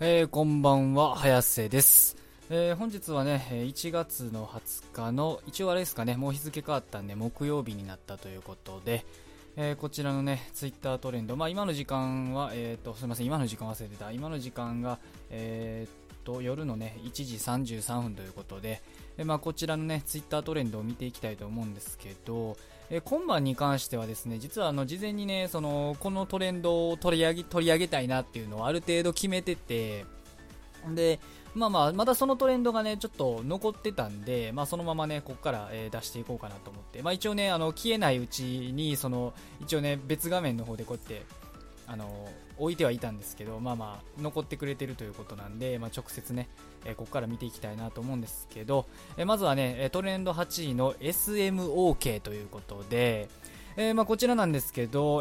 こんばんは、早瀬です。本日はね、1月の20日の、一応あれですかね、もう日付変わったんで、木曜日になったということで、こちらのね、ツイッタートレンド、今の時間は、すみません、今の時間忘れてた。今の時間が、夜のね、1時33分ということで、こちらのね、ツイッタートレンドを見ていきたいと思うんですけど、今晩に関してはですね、実は事前にね、このトレンドを取り上げたいなっていうのをある程度決めてて、で、まだそのトレンドがね、ちょっと残ってたんで、そのままね、ここから、出していこうかなと思って、一応ね、消えないうちに、一応ね、別画面の方でこうやって、置いてはいたんですけど、残ってくれてるということなんで、直接ね、ここから見ていきたいなと思うんですけど、まずはね、トレンド8位の SMOK ということで、こちらなんですけど、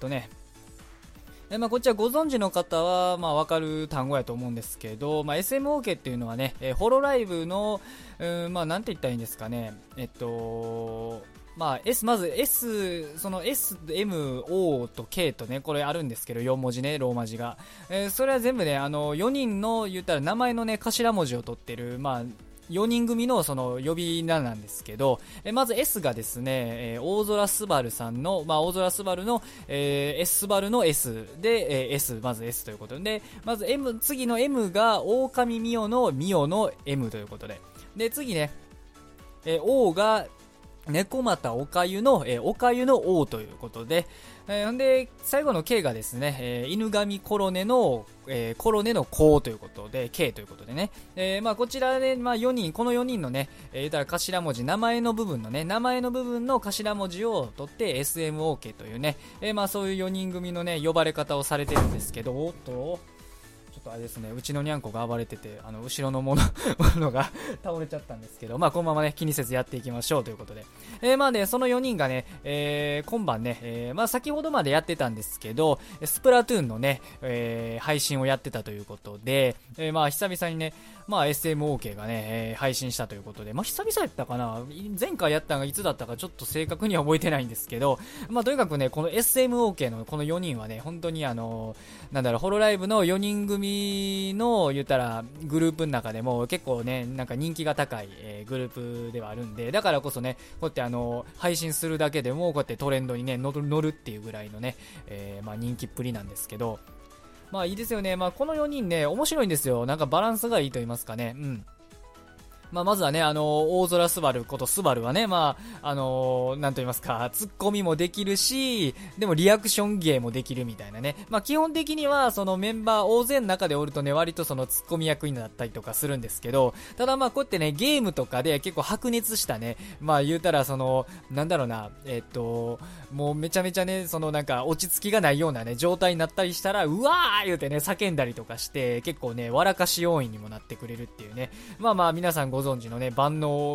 こちらご存知の方は、わかる単語やと思うんですけど、SMOK っていうのはね、ホロライブの、なんて言ったらいいんですかね、まず S、その S、M、O と K とね、これあるんですけど、4文字ね、ローマ字が。それは全部ね、4人の言ったら名前のね、頭文字を取ってる、4人組のその呼び名なんですけど、まず S がですね、大空すばるさんの、大空すばるの、S すばるの S で、S、まず S ということで、まず M、次の M が狼みおのみおの M ということで、で、次ね、O が猫又おかゆの、おかゆの O ということで、で、最後の K がですね、犬神コロネの、コロネの子ということで、K ということでね、こちらで、4人、この4人のね、言ったら頭文字、名前の部分の頭文字を取って SMOK というね、そういう4人組のね、呼ばれ方をされてるんですけど、おっと、ちょっとあれですね、うちのにゃんこが暴れてて、後ろのものが倒れちゃったんですけど、このままね、気にせずやっていきましょうということで。ね、その4人がね、今晩ね、先ほどまでやってたんですけど、スプラトゥーンのね、配信をやってたということで、久々にね、SMOK がね、配信したということで、久々やったかな、前回やったのがいつだったかちょっと正確には覚えてないんですけど、とにかくね、この SMOK のこの4人はね、本当にホロライブの4人組の、言ったら、グループの中でも結構ね、なんか人気が高い、グループではあるんで、だからこそね、こうやって配信するだけでも、こうやってトレンドにね、乗るっていうぐらいのね、人気っぷりなんですけど、いいですよね。この4人ね、面白いんですよ。なんかバランスがいいと言いますかね。うん。まずはね、大空すばることすばるはね、なんと言いますか、ツッコミもできるし、でもリアクション芸もできるみたいなね。基本的には、そのメンバー大勢の中でおるとね、割とそのツッコミ役になったりとかするんですけど、ただこうやってね、ゲームとかで結構白熱したね、言うたらその、なんだろうな、もうめちゃめちゃね、そのなんか落ち着きがないようなね、状態になったりしたら、うわー言うてね、叫んだりとかして、結構ね、笑かし要因にもなってくれるっていうね。皆さんご存知のね、万能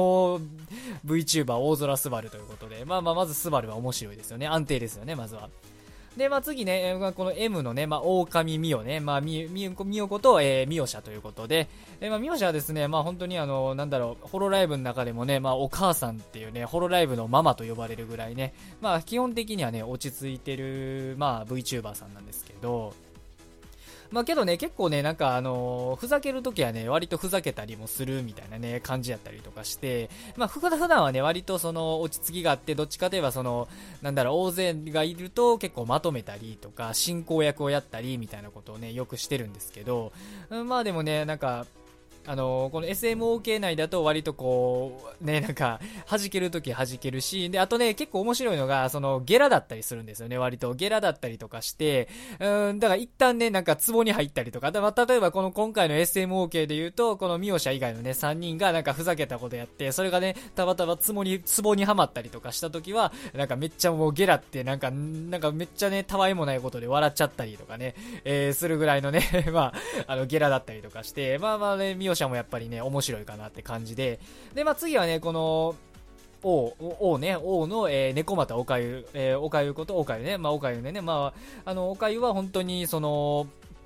VTuber 大空すばるということで、まずすばるは面白いですよね。安定ですよね、まずは。で、次ね、この M のね、狼みおね、みおこと、みおしゃということで、みおしゃはですね、本当にホロライブの中でもね、お母さんっていうね、ホロライブのママと呼ばれるぐらいね、基本的にはね、落ち着いてる、VTuber さんなんですけど、けどね、結構ね、なんかふざけるときはね、割とふざけたりもするみたいなね、感じやったりとかして、普段はね、割とその、落ち着きがあって、どっちかといえばその、大勢がいると結構まとめたりとか、進行役をやったりみたいなことをね、よくしてるんですけど、でもね、なんか、この SMOK 内だと割とこう、ね、なんか、弾けるとき弾けるし、で、あとね、結構面白いのが、その、ゲラだったりするんですよね、割と。ゲラだったりとかして、だから一旦ね、なんか、壺に入ったりとか、例えばこの今回の SMOK で言うと、このミオシャ以外のね、3人がなんかふざけたことやって、それがね、たまたま壺にはまったりとかしたときは、なんかめっちゃもうゲラってなんかめっちゃね、たわいもないことで笑っちゃったりとかね、するぐらいのね、ゲラだったりとかして、ね、ミオシャもやっぱりね、面白いかなって感じで、で、次はね、この、王の、猫又おかゆ、おかゆことおかゆね、おかゆね、おかゆは本当にその、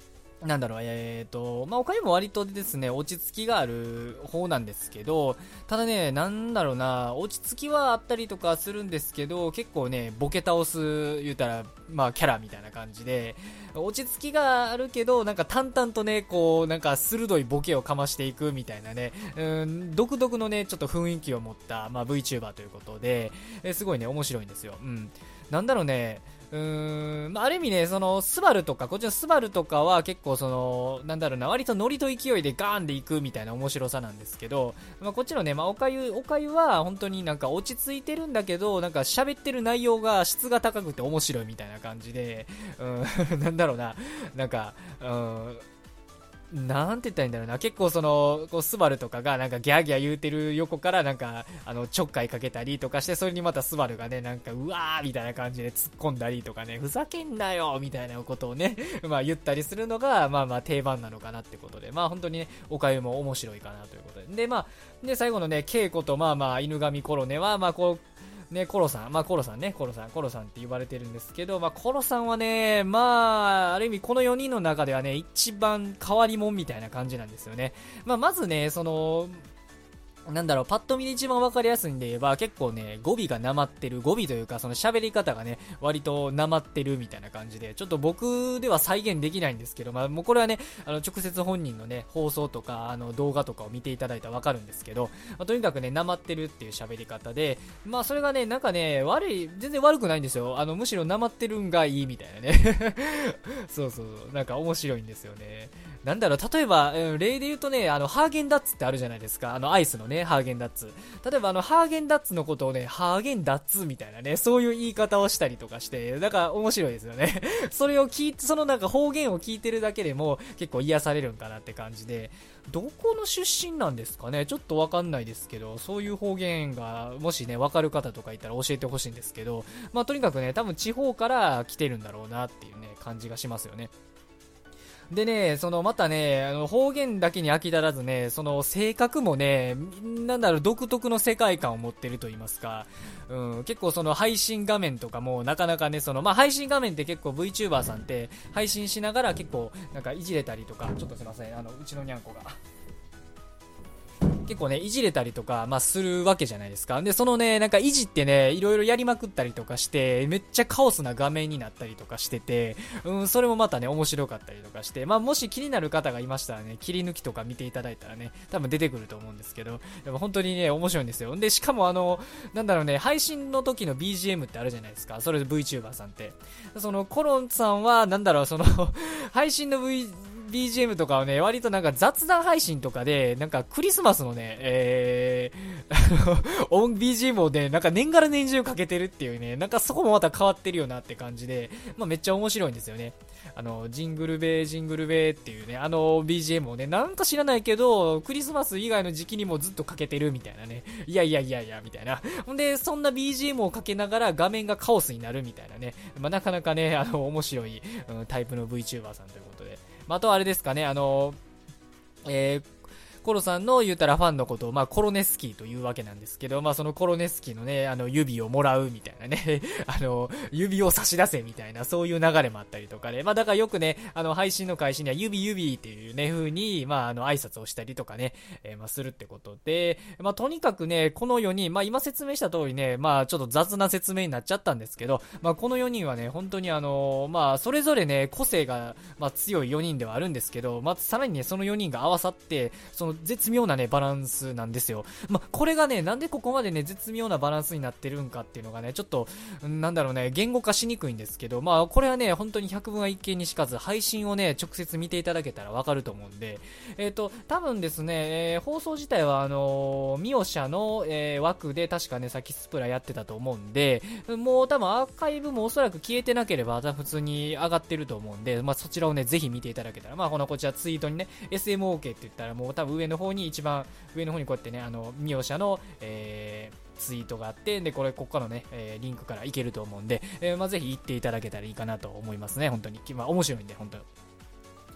なんだろう、まあ、他にも割とですね、落ち着きがある方なんですけど、ただね、なんだろうな、落ち着きはあったりとかするんですけど、結構ね、ボケ倒す、言うたら、まあ、キャラみたいな感じで、落ち着きがあるけど、なんか淡々とね、こう、なんか鋭いボケをかましていくみたいなね、独特のね、ちょっと雰囲気を持った、まあ、VTuber ということで、すごいね、面白いんですよ。うん。なんだろうね、まあ、ある意味ね、その、スバルとか、こっちのスバルとかは結構その、なんだろうな、割とノリと勢いでガーンでいくみたいな面白さなんですけど、まあ、こっちのね、まあ、おかゆは本当になんか落ち着いてるんだけど、なんか喋ってる内容が質が高くて面白いみたいな感じで、なんだろうな、なんか、なんて言ったらいいんだろうな、結構その、こう、スバルとかがなんかギャーギャー言うてる横からなんか、ちょっかいかけたりとかして、それにまたスバルがね、なんか、うわーみたいな感じで突っ込んだりとかね、ふざけんなよみたいなことをね、まあ言ったりするのが、まあまあ定番なのかなってことで、まあ本当にね、おかゆも面白いかなということで。で、まあ、で、最後のね、ケイコとまあまあ、犬神コロネは、まあこう、ね、コロさん、まあコロさんね、コロさんって呼ばれてるんですけど、まあコロさんはね、まあ、ある意味この4人の中ではね、一番変わり者みたいな感じなんですよね。まあまずね、その、なんだろう、パッと見で一番わかりやすいんで言えば、結構ね、語尾がなまってる、語尾というか、その喋り方がね、割となまってるみたいな感じで、ちょっと僕では再現できないんですけど、まあ、もうこれはね、直接本人のね、放送とか、動画とかを見ていただいたらわかるんですけど、まあ、とにかくね、なまってるっていう喋り方で、まあ、それがね、なんかね、全然悪くないんですよ。むしろなまってるんがいいみたいなね。そうそう、なんか面白いんですよね。なんだろう、例えば、例で言うとね、ハーゲンダッツってあるじゃないですか。アイスのね、ハーゲンダッツ。例えば、ハーゲンダッツのことをね、ハーゲンダッツみたいなね、そういう言い方をしたりとかして、なんか面白いですよね。それを聞いて、そのなんか方言を聞いてるだけでも、結構癒されるんかなって感じで、どこの出身なんですかね、ちょっとわかんないですけど、そういう方言が、もしね、わかる方とかいたら教えてほしいんですけど、まあ、とにかくね、多分地方から来てるんだろうなっていうね、感じがしますよね。でね、そのまたね、方言だけに飽き足らずね、その性格もね、なんだろう、独特の世界観を持ってると言いますか、結構その配信画面とかもなかなかね、まあ配信画面って結構 VTuber さんって配信しながら結構なんかいじれたりとか、ちょっとすいません、うちのにゃんこが。結構ね、いじれたりとか、まあ、するわけじゃないですか。で、そのね、なんかいじってね、いろいろやりまくったりとかして、めっちゃカオスな画面になったりとかしてて、それもまたね、面白かったりとかして、まあ、もし気になる方がいましたらね、切り抜きとか見ていただいたらね、多分出てくると思うんですけど、でも本当にね、面白いんですよ。で、しかもなんだろうね、配信の時の BGM ってあるじゃないですか。それで VTuber さんって。その、コロンさんは、なんだろう、配信の BGM とかをね、割となんか雑談配信とかで、なんかクリスマスのね、BGM をね、なんか年がら年中かけてるっていうね、なんかそこもまた変わってるよなって感じで、まあめっちゃ面白いんですよね。ジングルベー、ジングルベーっていうね、BGM をね、なんか知らないけど、クリスマス以外の時期にもずっとかけてるみたいなね。いやいやいやいや、みたいな。ほんで、そんな BGM をかけながら画面がカオスになるみたいなね。まあなかなかね、面白い、タイプの VTuber さんということで。まあ、あとはあれですかね、コロさんの言うたらファンのことを、まあ、コロネスキーというわけなんですけど、まあ、そのコロネスキーのね、指をもらうみたいなね、指を差し出せみたいな、そういう流れもあったりとかで、まあ、だからよくね、配信の開始には指っていうね、風に、まあ、挨拶をしたりとかね、まあ、するってことで、まあ、とにかくね、この4人、まあ、今説明した通りね、まあ、ちょっと雑な説明になっちゃったんですけど、まあ、この4人はね、本当にまあ、それぞれね、個性が、まあ、強い4人ではあるんですけど、まあ、さらにね、その4人が合わさって、その絶妙なね、バランスなんですよ。まあ、これがね、なんでここまでね、絶妙なバランスになってるんかっていうのがね、ちょっと、なんだろうね、言語化しにくいんですけど、まあ、これはね、本当に百聞は一見にしかず、配信をね、直接見ていただけたらわかると思うんで、多分ですね、放送自体は、ミオシャの、枠で、確かね、さっきスプラやってたと思うんで、もう多分アーカイブもおそらく消えてなければ、普通に上がってると思うんで、まあ、そちらをね、ぜひ見ていただけたら、まあ、こちらツイートにね、SMOK って言ったら、もう多分上の方に上の方にこうやってね、ミオ社の、ツイートがあって、で、ここからのね、リンクからいけると思うんで、まあ、ぜひ行っていただけたらいいかなと思いますね、本当に。まあ、面白いんで、本当に。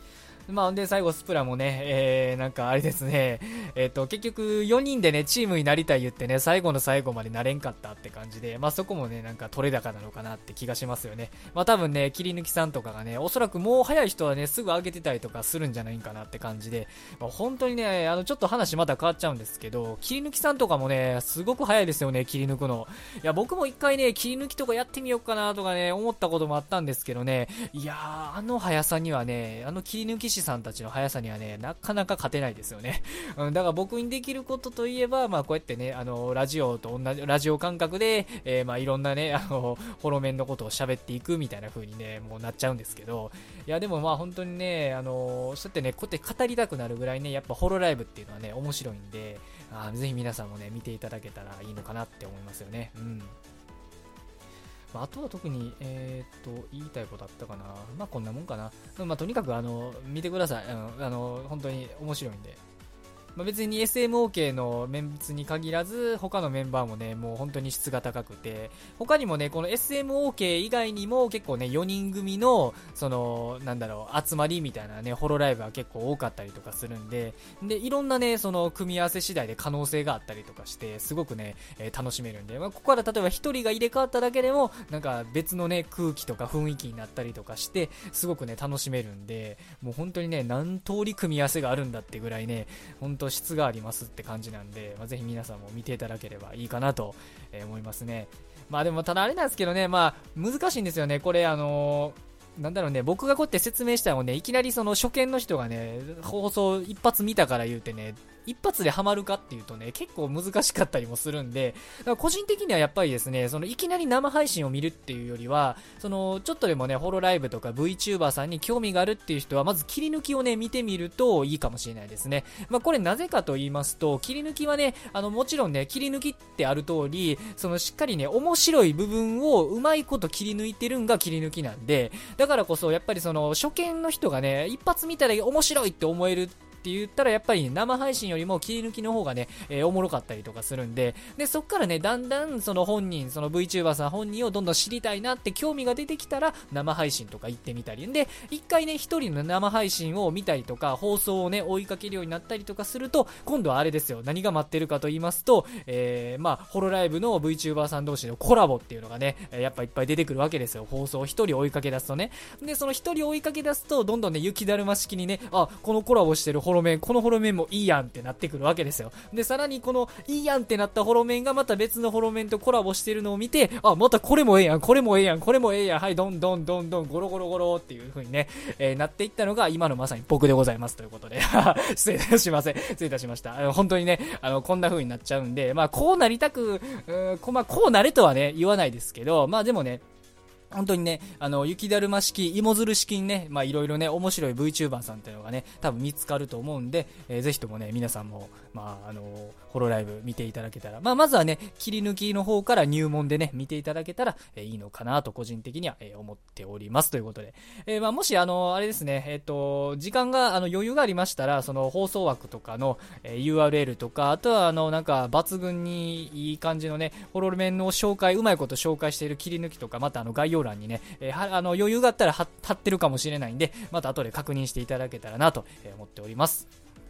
まあ、で、最後スプラもね、なんかあれですね、結局4人でね、チームになりたい言ってね、最後の最後までなれんかったって感じで、まあそこもね、なんか取れ高なのかなって気がしますよね。まあ多分ね、切り抜きさんとかがね、おそらくもう早い人はね、すぐ上げてたりとかするんじゃないかなって感じで、まあ、本当にね、ちょっと話また変わっちゃうんですけど、切り抜きさんとかもね、すごく早いですよね、切り抜くの。いや、僕も一回ね、切り抜きとかやってみようかなとかね、思ったこともあったんですけどね、いやー、あの速さにはね、切り抜き師さんたちの速さにはね、なかなか勝てないですよね。うん、だから僕にできることといえば、まあこうやってね、ラジオと同じ、ラジオ感覚で、まあいろんなね、ホロメンのことを喋っていくみたいな風にね、もうなっちゃうんですけど、いやでもまあ本当にね、そうやってね、こうやって語りたくなるぐらいね、やっぱホロライブっていうのはね、面白いんで、ぜひ皆さんもね、見ていただけたらいいのかなって思いますよね。うん。まあ、あとは特に、言いたいことあったかな。まあ、こんなもんかな。まあ、とにかく、見てください。本当に面白いんで。まあ、別に SMOK のメンツに限らず他のメンバーもねもう本当に質が高くて、他にもねこの SMOK 以外にも結構ね4人組のそのなんだろう集まりみたいなねホロライブが結構多かったりとかするんで、いろんなねその組み合わせ次第で可能性があったりとかしてすごくね、楽しめるんで、まあ、ここから例えば1人が入れ替わっただけでもなんか別のね空気とか雰囲気になったりとかしてすごくね楽しめるんで、もう本当にね何通り組み合わせがあるんだってぐらいね本当質がありますって感じなんで、まあ、ぜひ皆さんも見ていただければいいかなと思いますね。まあでもただあれなんですけどね、まあ難しいんですよねこれなんだろうね、僕がこうやって説明したのをね、いきなりその初見の人がね、放送一発見たから言うてね、一発でハマるかっていうとね、結構難しかったりもするんで、だから個人的にはやっぱりですね、そのいきなり生配信を見るっていうよりは、そのちょっとでもね、ホロライブとか VTuber さんに興味があるっていう人は、まず切り抜きをね、見てみるといいかもしれないですね。まあこれなぜかと言いますと、切り抜きはね、もちろんね、切り抜きってある通り、そのしっかりね、面白い部分をうまいこと切り抜いてるんが切り抜きなんで、だからこそやっぱりその初見の人がね一発見たら面白いって思えるって言ったらやっぱり生配信よりも切り抜きの方がね、おもろかったりとかするんで、そっからねだんだんその本人その VTuber さん本人をどんどん知りたいなって興味が出てきたら生配信とか行ってみたりで、一回ね一人の生配信を見たりとか放送をね追いかけるようになったりとかすると、今度はあれですよ、何が待ってるかと言いますと、まあホロライブの VTuber さん同士のコラボっていうのがねやっぱいっぱい出てくるわけですよ。放送を一人追いかけ出すとね、でその一人追いかけ出すとどんどんね雪だるま式にね、このコラボしてるホロメン、このホロメンもいいやんってなってくるわけですよ。でさらにこのいいやんってなったホロメンがまた別のホロメンとコラボしてるのを見て、またこれもええやん、これもええやん、これもええやん、はいどんどんどんどんゴロゴロゴロっていう風にね、なっていったのが今のまさに僕でございますということで失礼いたしません、失礼いたしました。本当にねこんな風になっちゃうんで、まあこうなりたくまあこうなれとはね言わないですけど、まあでもね本当にね、雪だるま式、芋づる式にね、まあいろいろね、面白い VTuber さんっていうのがね、多分見つかると思うんで、ぜひともね、皆さんも、まあホロライブ見ていただけたら、まあまずはね、切り抜きの方から入門でね、見ていただけたら、いいのかなと個人的には、思っておりますということで。まあもしあれですね、時間が余裕がありましたら、その放送枠とかの、URL とか、あとはなんか抜群にいい感じのね、ホロメンの紹介、うまいこと紹介している切り抜きとか、また概要欄にね、余裕があったら貼ってるかもしれないんで、また後で確認していただけたらなと思っております。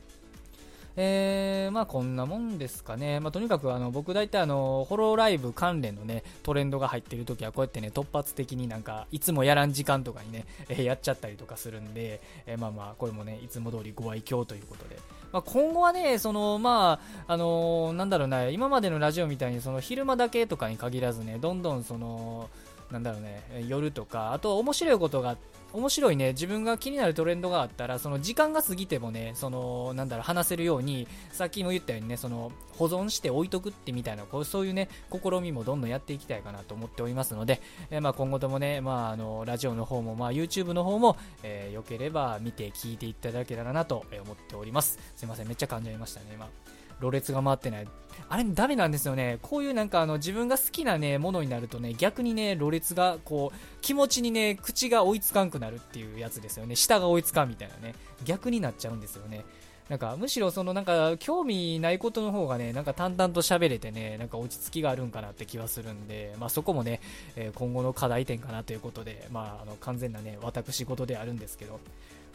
まあこんなもんですかね。まあとにかく僕大体ホロライブ関連のねトレンドが入ってる時はこうやってね突発的になんかいつもやらん時間とかにね、やっちゃったりとかするんで、まあまあこれもねいつも通りご愛嬌ということで、まあ今後はねそのまあなんだろうな、今までのラジオみたいにその昼間だけとかに限らずね、どんどんそのなんだろうね、夜とか、あと面白いね、自分が気になるトレンドがあったら、その時間が過ぎてもね、そのなんだろう、話せるように、さっきも言ったようにね、その保存して置いとくってみたいな、そういうね、試みもどんどんやっていきたいかなと思っておりますので、まあ今後ともね、まあラジオの方も、まあ YouTube の方も、良ければ見て聞いていただけたらなと思っております。すいません、めっちゃ噛んじゃいましたね、今。ろれつが回ってない。あれダメなんですよね。こういうなんか自分が好きなねものになるとね、逆にねろれつがこう気持ちにね口が追いつかんくなるっていうやつですよね。舌が追いつかんみたいなね、逆になっちゃうんですよね。なんかむしろそのなんか興味ないことの方がねなんか淡々と喋れてね、なんか落ち着きがあるんかなって気はするんで、まあそこもね、今後の課題点かなということで、まあ完全なね私事であるんですけど、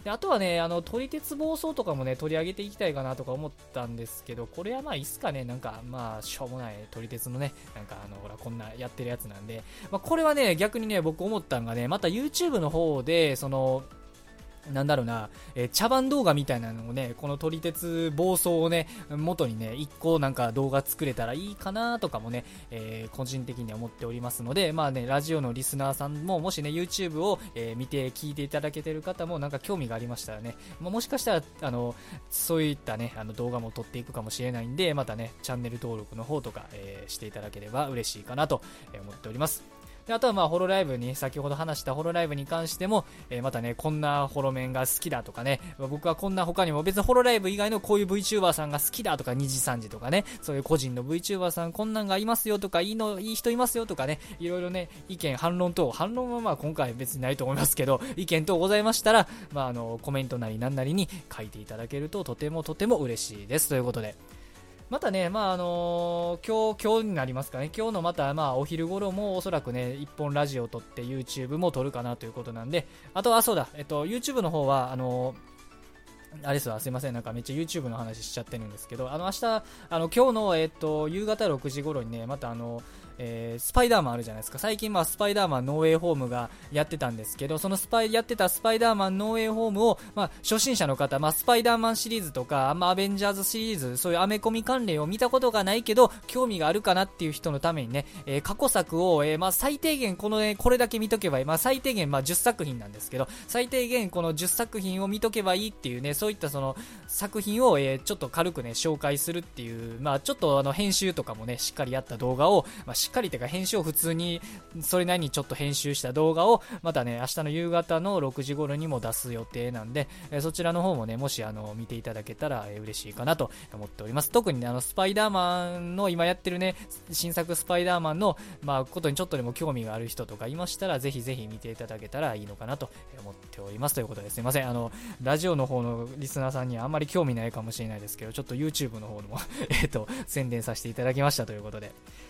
で、あとはね、撮り鉄暴走とかもね、取り上げていきたいかなとか思ったんですけど、これはまあいいっすかね、なんか、まあ、しょうもない撮り鉄のね、なんかほら、こんなやってるやつなんで、まあ、これはね、逆にね、僕思ったんがね、また YouTube の方で、なんだろうな、茶番動画みたいなのをね、この撮り鉄暴走をね、元にね、一個なんか動画作れたらいいかなとかもね、個人的に思っておりますので、まあね、ラジオのリスナーさんも、もしね、YouTube を、見て聞いていただけてる方もなんか興味がありましたらね、まあ、もしかしたら、そういったね、動画も撮っていくかもしれないんで、またね、チャンネル登録の方とか、していただければ嬉しいかなと思っております。で、あとはまあホロライブに、先ほど話したホロライブに関しても、またね、こんなホロメンが好きだとかね、僕はこんな他にも別にホロライブ以外のこういう VTuber さんが好きだとか、2時3時とかね、そういう個人の VTuber さんこんなんがいますよとか、いい人いますよとかね、いろいろね、意見、反論はまあ今回別にないと思いますけど、意見等ございましたら、まあコメントなりなんなりに書いていただけるととても嬉しいですということで。またね、まあ今日になりますかね、今日のまたまあお昼頃もおそらくね、一本ラジオを撮って YouTube も撮るかなということなんで、あとはそうだ、YouTube の方はあれですわ、すいません、なんかめっちゃ YouTube の話しちゃってるんですけど、明日、今日の夕方6時頃にね、またスパイダーマンあるじゃないですか。最近まあスパイダーマンノーウェイホームがやってたんですけど、そのやってたスパイダーマンノーウェイホームを、まあ初心者の方、まあスパイダーマンシリーズとか、まあアベンジャーズシリーズ、そういうアメコミ関連を見たことがないけど、興味があるかなっていう人のためにね、過去作を、まあ最低限これだけ見とけばいい。まあ最低限まあ10作品なんですけど、最低限この10作品を見とけばいいっていうね、そういったその作品を、ちょっと軽くね、紹介するっていう、まあちょっと編集とかもね、しっかりやった動画を、まあしっかりというか編集を普通にそれなりにちょっと編集した動画をまたね、明日の夕方の6時頃にも出す予定なんで、そちらの方もね、もし見ていただけたら、嬉しいかなと思っております。特にね、スパイダーマンの今やってるね、新作スパイダーマンの、まあ、ことにちょっとでも興味がある人とかいましたら、ぜひぜひ見ていただけたらいいのかなと思っておりますということですいません、ラジオの方のリスナーさんにはあんまり興味ないかもしれないですけど、ちょっと YouTube の方でも宣伝させていただきましたということで、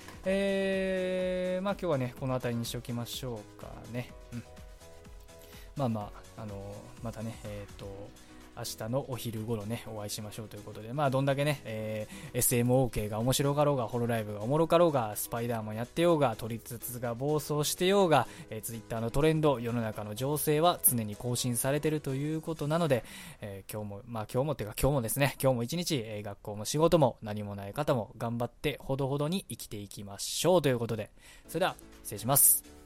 まあ今日はね、この辺りにしておきましょうかね。うん。まあまあ、またね、明日のお昼頃ね、お会いしましょうということで、まあどんだけね、SMO 系が面白かろうが、ホロライブがおもろかろうが、スパイダーマンやってようが、撮り鉄が暴走してようが、Twitter のトレンド、世の中の情勢は常に更新されてるということなので、今日もですね、今日も一日、学校も仕事も何もない方も頑張ってほどほどに生きていきましょうということで、それでは失礼します。